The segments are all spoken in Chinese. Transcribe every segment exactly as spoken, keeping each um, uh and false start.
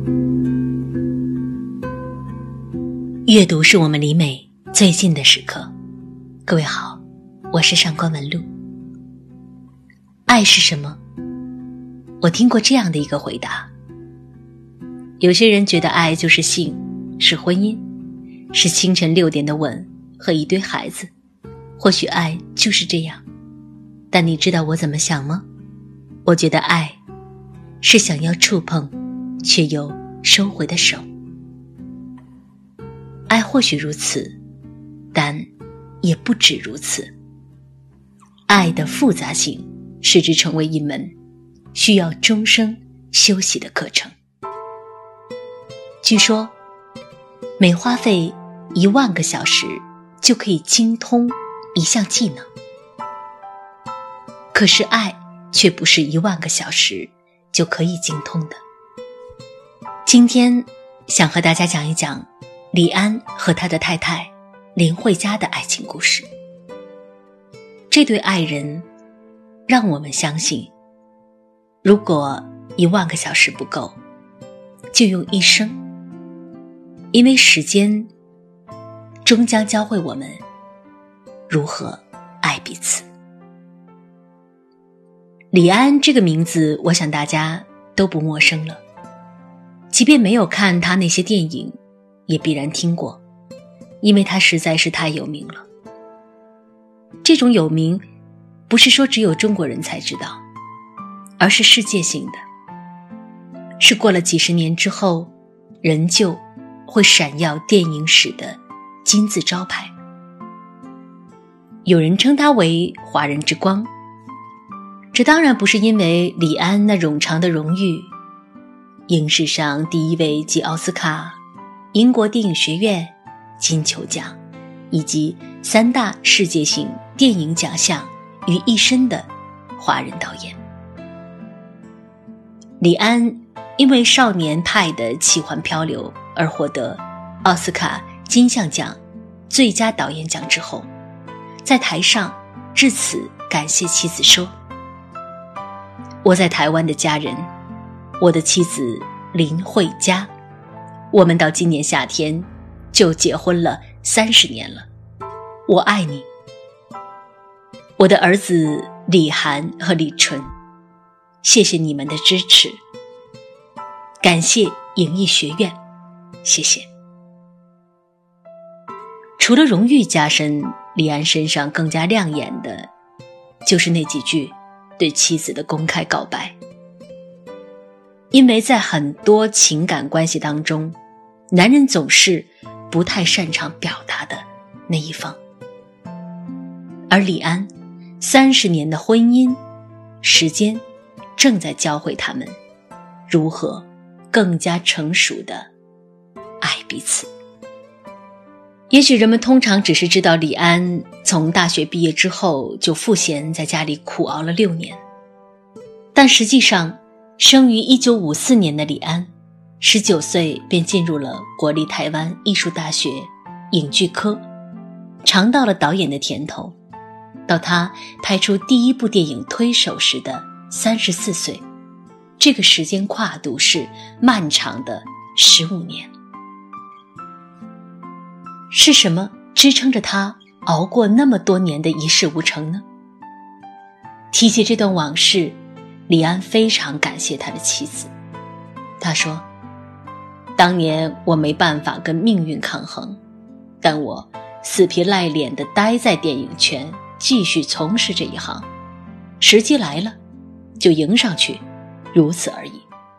阅读是我们离美最近的时刻。各位好，我是上官文露。爱是什么？我听过这样的一个回答。有些人觉得爱就是性，是婚姻，是清晨六点的吻和一堆孩子。或许爱就是这样，但你知道我怎么想吗？我觉得爱是想要触碰却又收回的手。爱或许如此，但也不止如此。爱的复杂性使之成为一门需要终生修习的课程。据说每花费一万个小时就可以精通一项技能，可是爱却不是一万个小时就可以精通的。今天想和大家讲一讲李安和他的太太林慧嘉的爱情故事。这对爱人让我们相信，如果一万个小时不够，就用一生，因为时间终将教会我们如何爱彼此。李安这个名字，我想大家都不陌生了，即便没有看他那些电影，也必然听过，因为他实在是太有名了。这种有名不是说只有中国人才知道，而是世界性的，是过了几十年之后仍旧会闪耀电影史的金字招牌。有人称他为华人之光，这当然不是因为李安那冗长的荣誉，影史上第一位集奥斯卡、英国电影学院、金球奖以及三大世界性电影奖项于一身的华人导演。李安因为少年派的奇幻漂流而获得奥斯卡金像奖最佳导演奖之后，在台上致辞感谢妻子说，我在台湾的家人，我的妻子林慧嘉，我们到今年夏天就结婚了三十年了，我爱你。我的儿子李涵和李纯，谢谢你们的支持，感谢影艺学院，谢谢。除了荣誉加身，李安身上更加亮眼的就是那几句对妻子的公开告白。因为在很多情感关系当中，男人总是不太擅长表达的那一方，而李安三十年的婚姻时间正在教会他们如何更加成熟的爱彼此。也许人们通常只是知道李安从大学毕业之后就赋闲在家里苦熬了六年，但实际上生于一九五四年的李安十九岁便进入了国立台湾艺术大学影剧科，尝到了导演的甜头，到他拍出第一部电影《推手》时的三十四岁，这个时间跨度是漫长的十五年。是什么支撑着他熬过那么多年的一事无成呢？提起这段往事，李安非常感谢他的妻子。他说，当年我没办法跟命运抗衡，但我死皮赖脸地待在电影圈，继续从事这一行，时机来了就迎上去，如此而已。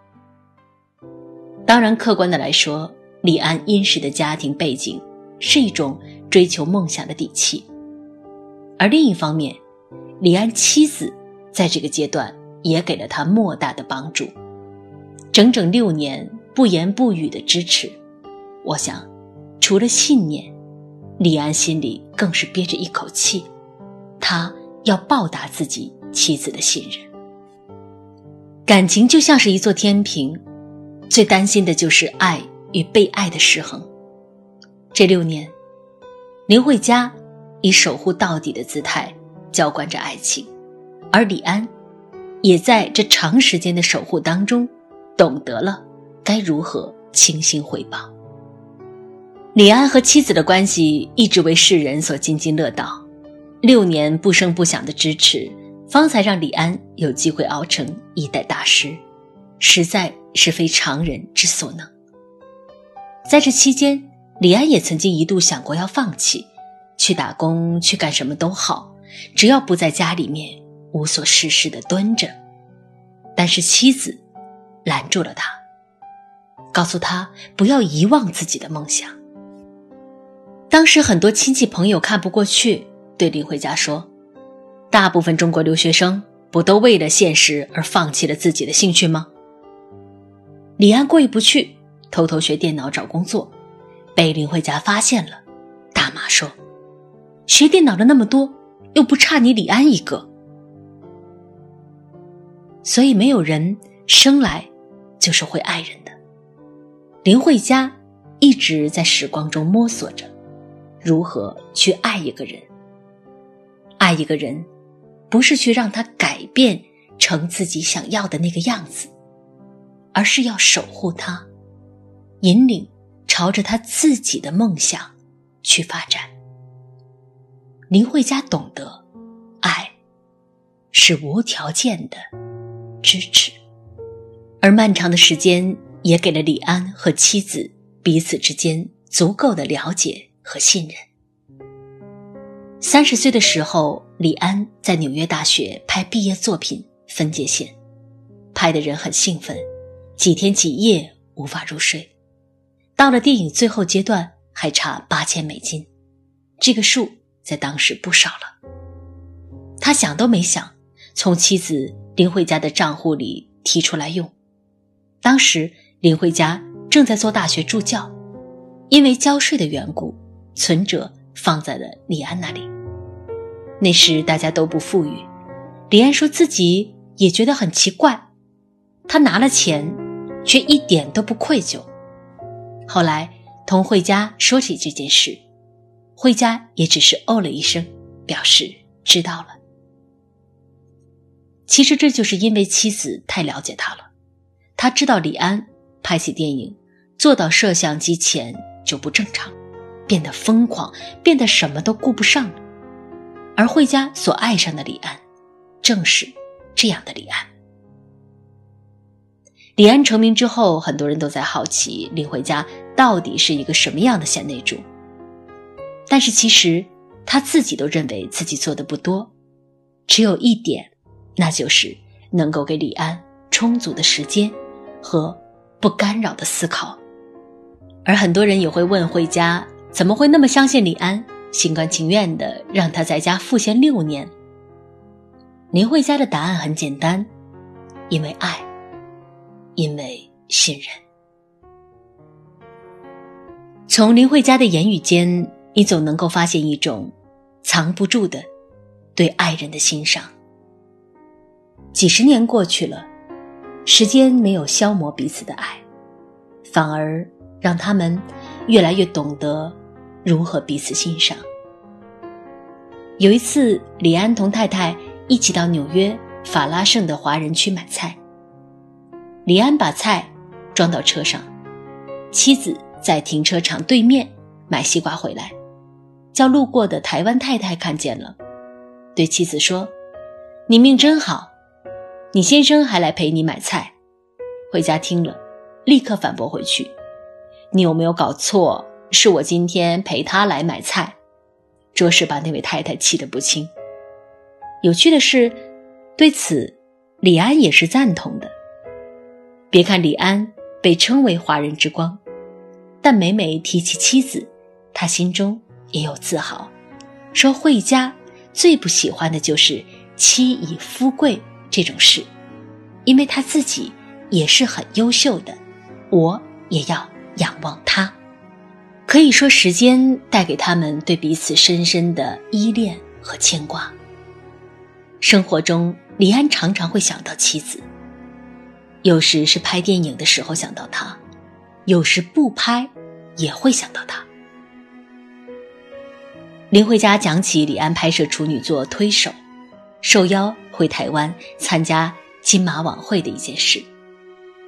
当然客观的来说，李安殷实的家庭背景是一种追求梦想的底气，而另一方面，李安妻子在这个阶段也给了他莫大的帮助，整整六年不言不语的支持。我想除了信念，李安心里更是憋着一口气，他要报答自己妻子的信任。感情就像是一座天平，最担心的就是爱与被爱的失衡。这六年，林慧嘉以守护到底的姿态浇灌着爱情，而李安也在这长时间的守护当中懂得了该如何倾心回报。李安和妻子的关系一直为世人所津津乐道，六年不声不响的支持，方才让李安有机会熬成一代大师，实在是非常人之所能。在这期间，李安也曾经一度想过要放弃，去打工，去干什么都好，只要不在家里面无所事事地蹲着。但是妻子拦住了他，告诉他不要遗忘自己的梦想。当时很多亲戚朋友看不过去，对林慧嘉说，大部分中国留学生不都为了现实而放弃了自己的兴趣吗？李安过意不去，偷偷学电脑找工作，被林慧嘉发现了，大骂说，学电脑的那么多，又不差你李安一个。所以没有人生来就是会爱人的。林慧嘉一直在时光中摸索着如何去爱一个人。爱一个人不是去让他改变成自己想要的那个样子，而是要守护他，引领朝着他自己的梦想去发展。林慧嘉懂得，爱是无条件的支持，而漫长的时间也给了李安和妻子彼此之间足够的了解和信任。三十岁的时候，李安在纽约大学拍毕业作品《分界线》，拍的人很兴奋，几天几夜无法入睡。到了电影最后阶段，还差八千美金，这个数在当时不少了。他想都没想，从妻子林慧嘉的账户里提出来用。当时林慧嘉正在做大学助教，因为交税的缘故，存折放在了李安那里。那时大家都不富裕，李安说自己也觉得很奇怪，他拿了钱却一点都不愧疚。后来同慧嘉说起这件事，慧嘉也只是哦了一声，表示知道了。其实这就是因为妻子太了解他了，他知道李安拍起电影坐到摄像机前就不正常，变得疯狂，变得什么都顾不上了。而慧嘉所爱上的李安正是这样的李安。李安成名之后，很多人都在好奇林慧嘉到底是一个什么样的贤内助，但是其实他自己都认为自己做的不多，只有一点，那就是能够给李安充足的时间和不干扰的思考。而很多人也会问慧嘉怎么会那么相信李安，心甘情愿地让他在家赋闲六年。林慧嘉的答案很简单，因为爱，因为信任。从林慧嘉的言语间，你总能够发现一种藏不住的对爱人的欣赏。几十年过去了，时间没有消磨彼此的爱，反而让他们越来越懂得如何彼此欣赏。有一次，李安同太太一起到纽约法拉盛的华人区买菜，李安把菜装到车上，妻子在停车场对面买西瓜回来，叫路过的台湾太太看见了，对妻子说，你命真好，你先生还来陪你买菜。慧嘉听了立刻反驳回去，你有没有搞错，是我今天陪他来买菜，着实把那位太太气得不轻。有趣的是，对此李安也是赞同的。别看李安被称为华人之光，但每每提起妻子，他心中也有自豪，说慧嘉最不喜欢的就是妻以夫贵这种事，因为他自己也是很优秀的，我也要仰望他。可以说时间带给他们对彼此深深的依恋和牵挂。生活中，李安常常会想到妻子，有时是拍电影的时候想到他，有时不拍也会想到他。林慧嘉讲起李安拍摄处女作《推手》，受邀回台湾参加金马晚会的一件事。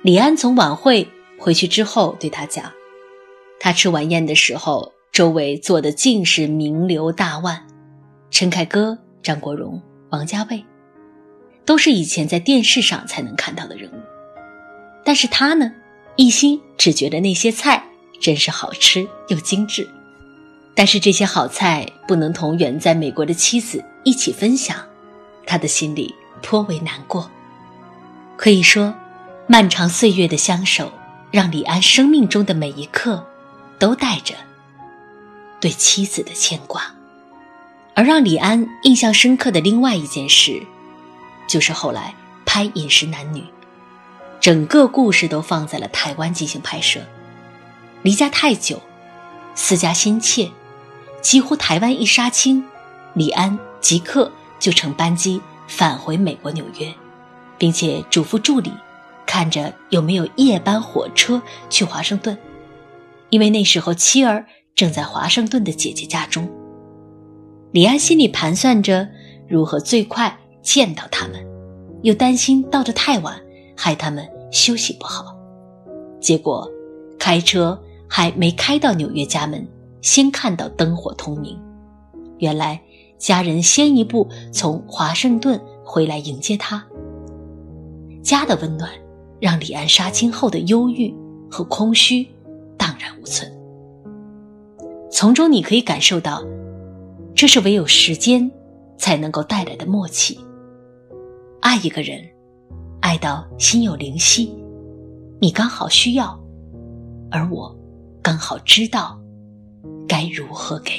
李安从晚会回去之后对他讲，他吃晚宴的时候，周围坐的尽是名流大腕，陈凯歌、张国荣、王家卫，都是以前在电视上才能看到的人物。但是他呢，一心只觉得那些菜真是好吃又精致，但是这些好菜不能同远在美国的妻子一起分享，他的心里颇为难过。可以说，漫长岁月的相守，让李安生命中的每一刻都带着对妻子的牵挂。而让李安印象深刻的另外一件事，就是后来拍《饮食男女》，整个故事都放在了台湾进行拍摄。离家太久，思家心切，几乎台湾一杀青，李安即刻就乘班机返回美国纽约，并且嘱咐助理看着有没有夜班火车去华盛顿，因为那时候妻儿正在华盛顿的姐姐家中。李安心里盘算着如何最快见到他们，又担心到得太晚害他们休息不好。结果开车还没开到纽约家门，先看到灯火通明。原来家人先一步从华盛顿回来迎接他。家的温暖让李安杀青后的忧郁和空虚荡然无存。从中你可以感受到，这是唯有时间才能够带来的默契。爱一个人，爱到心有灵犀，你刚好需要，而我刚好知道该如何给。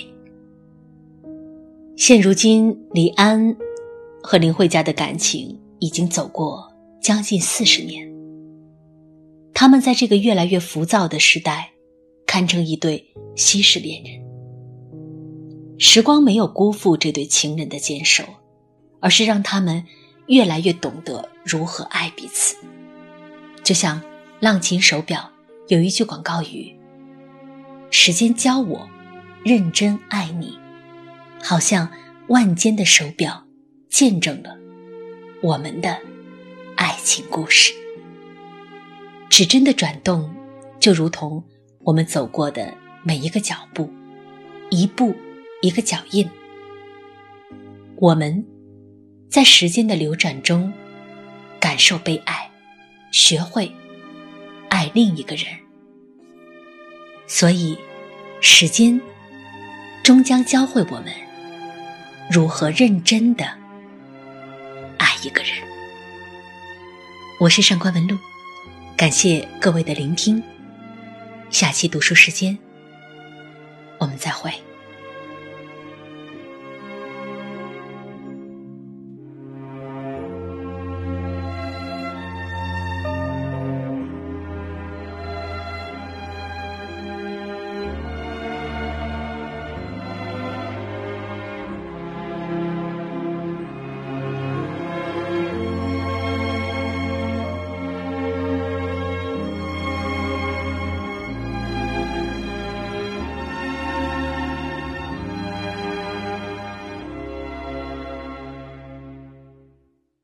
现如今，李安和林慧嘉的感情已经走过将近四十年，他们在这个越来越浮躁的时代，堪称一对稀世恋人。时光没有辜负这对情人的坚守，而是让他们越来越懂得如何爱彼此。就像浪琴手表有一句广告语，时间教我认真爱你，好像万间的手表见证了我们的爱情故事。指针的转动就如同我们走过的每一个脚步，一步一个脚印，我们在时间的流转中感受被爱，学会爱另一个人。所以时间终将教会我们如何认真地爱一个人。我是上官文露，感谢各位的聆听，下期读书时间我们再会。